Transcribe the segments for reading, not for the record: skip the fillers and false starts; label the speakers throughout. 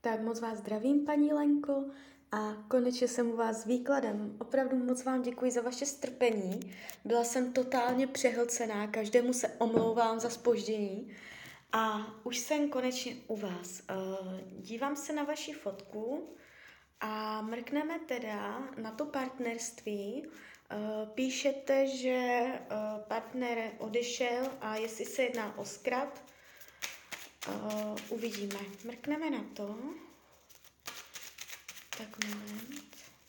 Speaker 1: Tak moc vás zdravím, paní Lenko, a konečně jsem u vás s výkladem. Opravdu moc vám děkuji za vaše strpení. Byla jsem totálně přehlcená, každému se omlouvám za zpoždění. A už jsem konečně u vás. Dívám se na vaši fotku a mrkneme teda na to partnerství. Píšete, že partner odešel a jestli se jedná o zkrat, uvidíme. Mrkneme na to. Tak moment.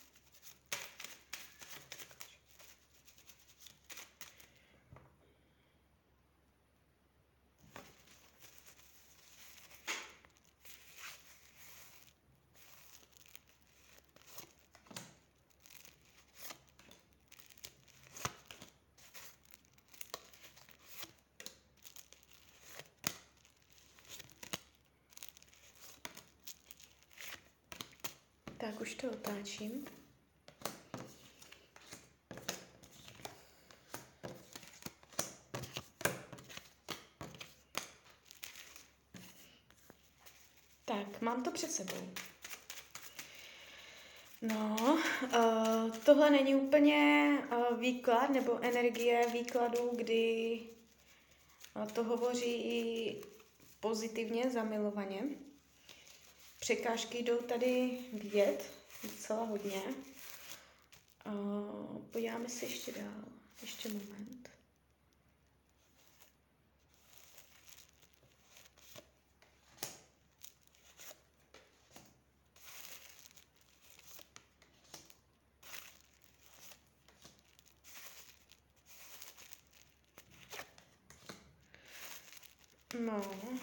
Speaker 1: Tak už to otáčím. Tak, mám to před sebou. No, tohle není úplně výklad nebo energie výkladu, kdy to hovoří pozitivně, zamilovaně. Překážky jdou tady vidět docela hodně. Podíváme se ještě dál. Ještě moment. No,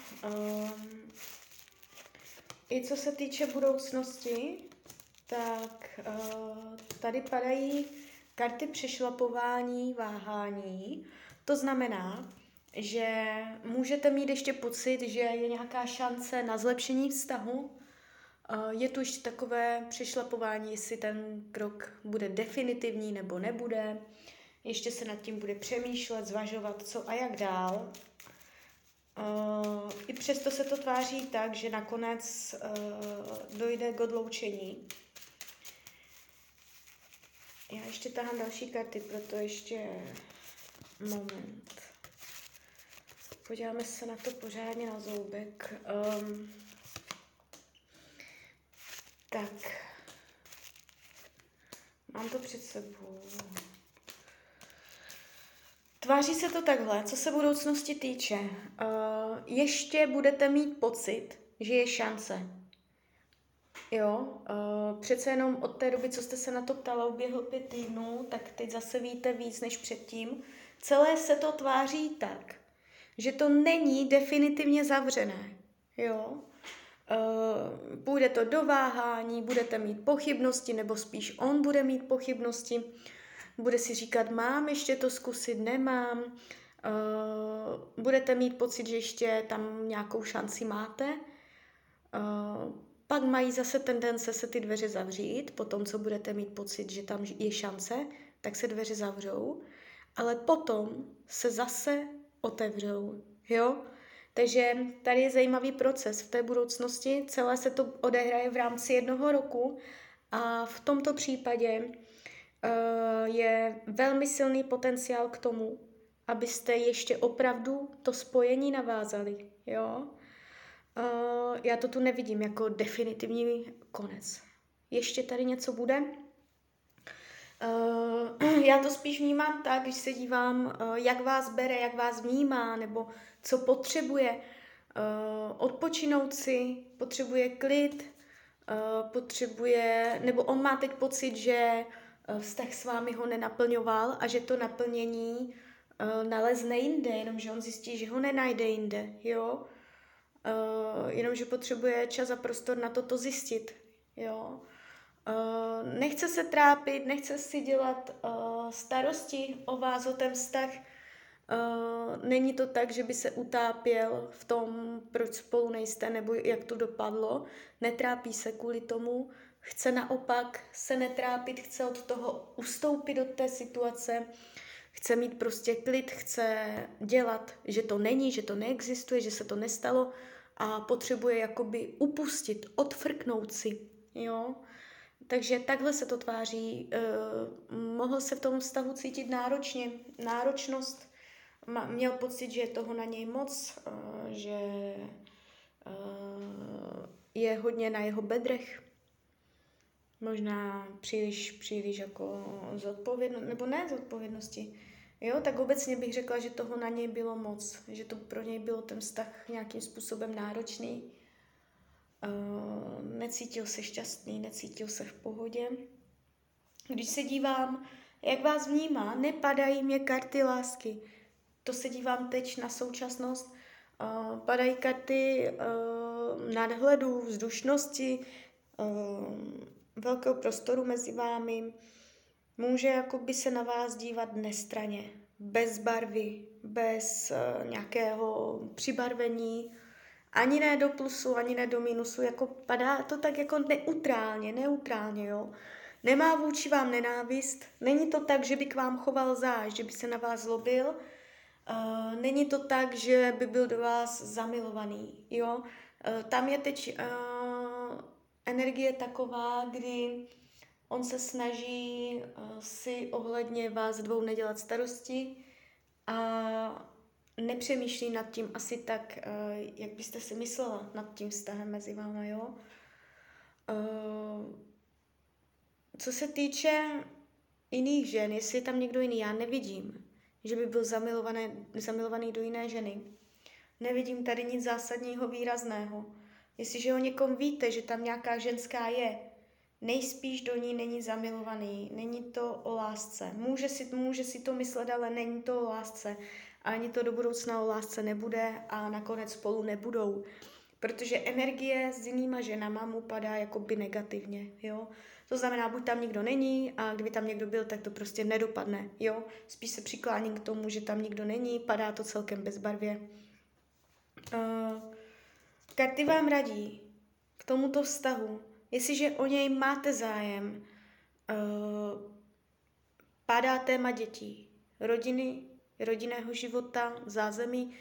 Speaker 1: i co se týče budoucnosti, tak tady padají karty přešlapování, váhání. To znamená, že můžete mít ještě pocit, že je nějaká šance na zlepšení vztahu. Je tu ještě takové přešlapování, jestli ten krok bude definitivní nebo nebude. Ještě se nad tím bude přemýšlet, zvažovat, co a jak dál. I přesto se to tváří tak, že nakonec dojde k odloučení. Já ještě tahám další karty, proto ještě moment. Podíváme se na to pořádně na zoubek. Tak. Mám to před sebou. Tváří se to takhle, co se budoucnosti týče. Ještě budete mít pocit, že je šance. Jo, přece jenom od té doby, co jste se na to ptala, uběhlo 5 týdnů, tak teď zase víte víc než předtím. Celé se to tváří tak, že to není definitivně zavřené. Jo, půjde to do váhání, budete mít pochybnosti, nebo spíš on bude mít pochybnosti. Bude si říkat, mám ještě to zkusit, nemám. Budete mít pocit, že ještě tam nějakou šanci máte. Pak mají zase tendence se ty dveře zavřít. Potom, co budete mít pocit, že tam je šance, tak se dveře zavřou. Ale potom se zase otevřou. Jo? Takže tady je zajímavý proces v té budoucnosti. Celé se to odehraje v rámci 1 roku. A v tomto případě je velmi silný potenciál k tomu, abyste ještě opravdu to spojení navázali. Jo? Já to tu nevidím jako definitivní konec. Ještě tady něco bude. Já to spíš vnímám tak, když se dívám, jak vás bere, jak vás vnímá, nebo co potřebuje. Odpočinout si, potřebuje klid, nebo on má teď pocit, že vztah s vámi ho nenaplňoval a že to naplnění nalezne jinde, jenomže on zjistí, že ho nenajde jinde, jo? Jenomže potřebuje čas a prostor na to zjistit, jo? Nechce se trápit, nechce si dělat starosti o vás, o ten vztah. Není to tak, že by se utápěl v tom, proč spolu nejste, nebo jak to dopadlo. Netrápí se kvůli tomu, chce naopak se netrápit, chce od toho ustoupit od té situace, chce mít prostě klid, chce dělat, že to není, že to neexistuje, že se to nestalo a potřebuje jakoby upustit, odfrknout si, jo. Takže takhle se to tváří. Mohl se v tom vztahu cítit náročně, náročnost, měl pocit, že je toho na něj moc, že je hodně na jeho bedrech, možná příliš jako zodpovědnost, nebo ne zodpovědnosti. Jo, tak obecně bych řekla, že toho na něj bylo moc, že to pro něj bylo ten vztah nějakým způsobem náročný. Necítil se šťastný, necítil se v pohodě. Když se dívám, jak vás vnímá, nepadají mě karty lásky. To se dívám teď na současnost. Padají karty nadhledu, vzdušnosti, velkého prostoru mezi vámi. Může jakoby se na vás dívat nestranně, bez barvy, bez nějakého přibarvení, ani ne do plusu, ani ne do minusu, jako padá to tak jako neutrálně, jo. Nemá vůči vám nenávist, není to tak, že by k vám choval zášť, že by se na vás zlobil, není to tak, že by byl do vás zamilovaný, jo. Tam je teď energie taková, kdy on se snaží si ohledně vás dvou nedělat starosti a nepřemýšlí nad tím asi tak, jak byste si myslela nad tím vztahem mezi váma, jo. Co se týče jiných žen, jestli je tam někdo jiný, já nevidím, že by byl zamilovaný do jiné ženy. Nevidím tady nic zásadního, výrazného. Jestliže o někom víte, že tam nějaká ženská je, nejspíš do ní není zamilovaný, není to o lásce. Může si to myslet, ale není to o lásce. Ani to do budoucna o lásce nebude a nakonec spolu nebudou. Protože energie s jinýma ženama mu padá jakoby negativně, jo. To znamená, buď tam nikdo není a kdyby tam někdo byl, tak to prostě nedopadne, jo. Spíš se přikláním k tomu, že tam nikdo není, padá to celkem bezbarvě. Karty vám radí k tomuto vztahu, jestliže o něj máte zájem, padá téma dětí, rodiny, rodinného života, zázemí,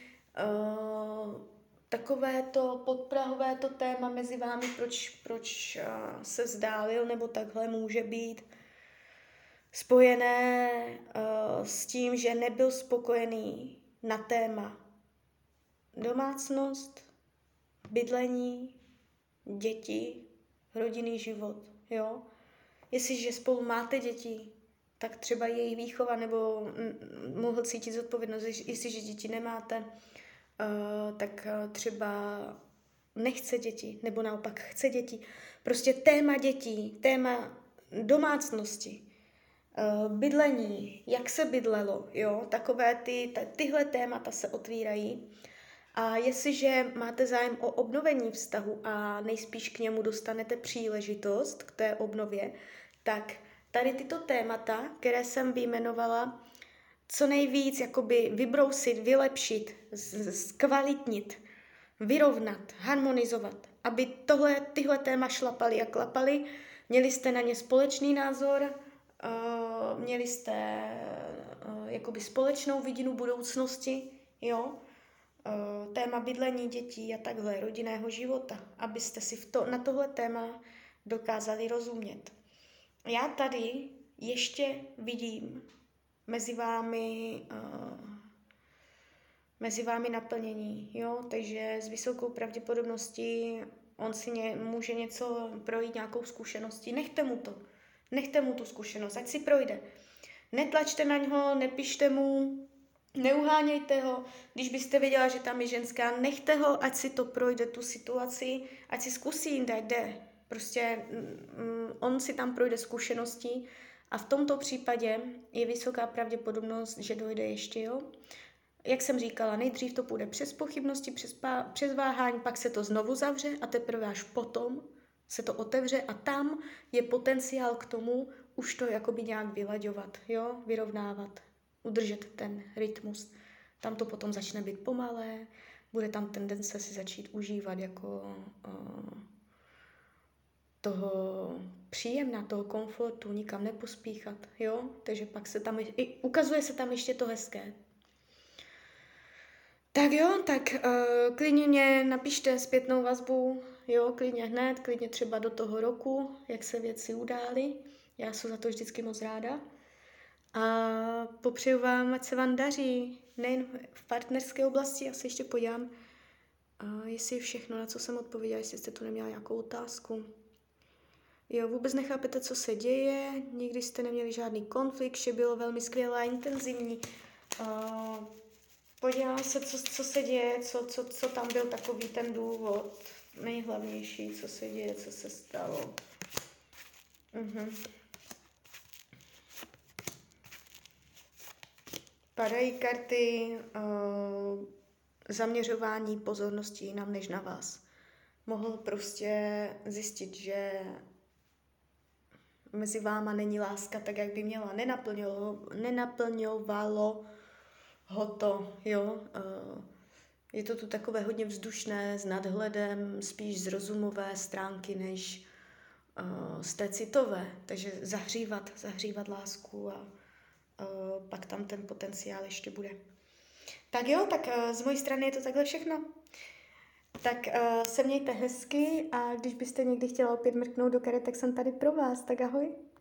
Speaker 1: takové to podprahové to téma mezi vámi, proč se vzdálil, nebo takhle může být spojené s tím, že nebyl spokojený na téma domácnost, bydlení, děti, rodinný život, jo. Jestliže spolu máte děti, tak třeba jejich výchova, nebo mohl cítit zodpovědnost, jestliže děti nemáte, tak třeba nechce děti, nebo naopak chce děti. Prostě téma dětí, téma domácnosti, bydlení, jak se bydlelo, jo, takové tyhle témata se otvírají. A jestliže máte zájem o obnovení vztahu a nejspíš k němu dostanete příležitost k té obnově, tak tady tyto témata, které jsem vyjmenovala, co nejvíc jakoby vybrousit, vylepšit, zkvalitnit, vyrovnat, harmonizovat, aby tyhle téma šlapaly a klapaly, měli jste na ně společný názor, měli jste jakoby společnou vidinu budoucnosti, jo, téma bydlení dětí a takhle, rodinného života, abyste si na tohle téma dokázali rozumět. Já tady ještě vidím mezi vámi naplnění, jo, takže s vysokou pravděpodobností on si může něco projít, nějakou zkušeností, nechte mu tu zkušenost, ať si projde. Netlačte na něho, nepište mu, neuhánějte ho, když byste věděla, že tam je ženská, nechte ho, ať si to projde, tu situaci, ať si zkusí jinde, jde. Prostě on si tam projde zkušeností a v tomto případě je vysoká pravděpodobnost, že dojde ještě, jo. Jak jsem říkala, nejdřív to půjde přes pochybnosti, přes váhání, pak se to znovu zavře a teprve až potom se to otevře a tam je potenciál k tomu už to jakoby nějak vylaďovat, jo, vyrovnávat, udržet ten rytmus. Tam to potom začne být pomalé, bude tam tendence si začít užívat jako toho příjemna, toho komfortu, nikam nepospíchat, jo, takže pak ukazuje se tam ještě to hezké. Tak jo, tak klidně mě napište zpětnou vazbu, jo, klidně hned, klidně třeba do toho roku, jak se věci udály. Já jsem za to vždycky moc ráda. A popřeju vám, ať se vám daří, nejen v partnerské oblasti, já se ještě podívám, jestli všechno, na co jsem odpověděla, jestli jste tu neměla nějakou otázku. Jo, vůbec nechápete, co se děje, nikdy jste neměli žádný konflikt, vše bylo velmi skvělé a intenzivní. Podívám se, co se děje, co tam byl takový ten důvod, nejhlavnější, co se děje, co se stalo. Padají karty zaměřování pozornosti jinam než na vás. Mohl prostě zjistit, že mezi váma není láska tak, jak by měla. Nenaplňovalo ho to, jo. Je to tu takové hodně vzdušné, s nadhledem, spíš z rozumové stránky, než z té citové. Takže zahřívat lásku a pak tam ten potenciál ještě bude. Tak jo, tak z mojí strany je to takhle všechno. Tak se mějte hezky a když byste někdy chtěla opět mrknout do karet, tak jsem tady pro vás. Tak ahoj.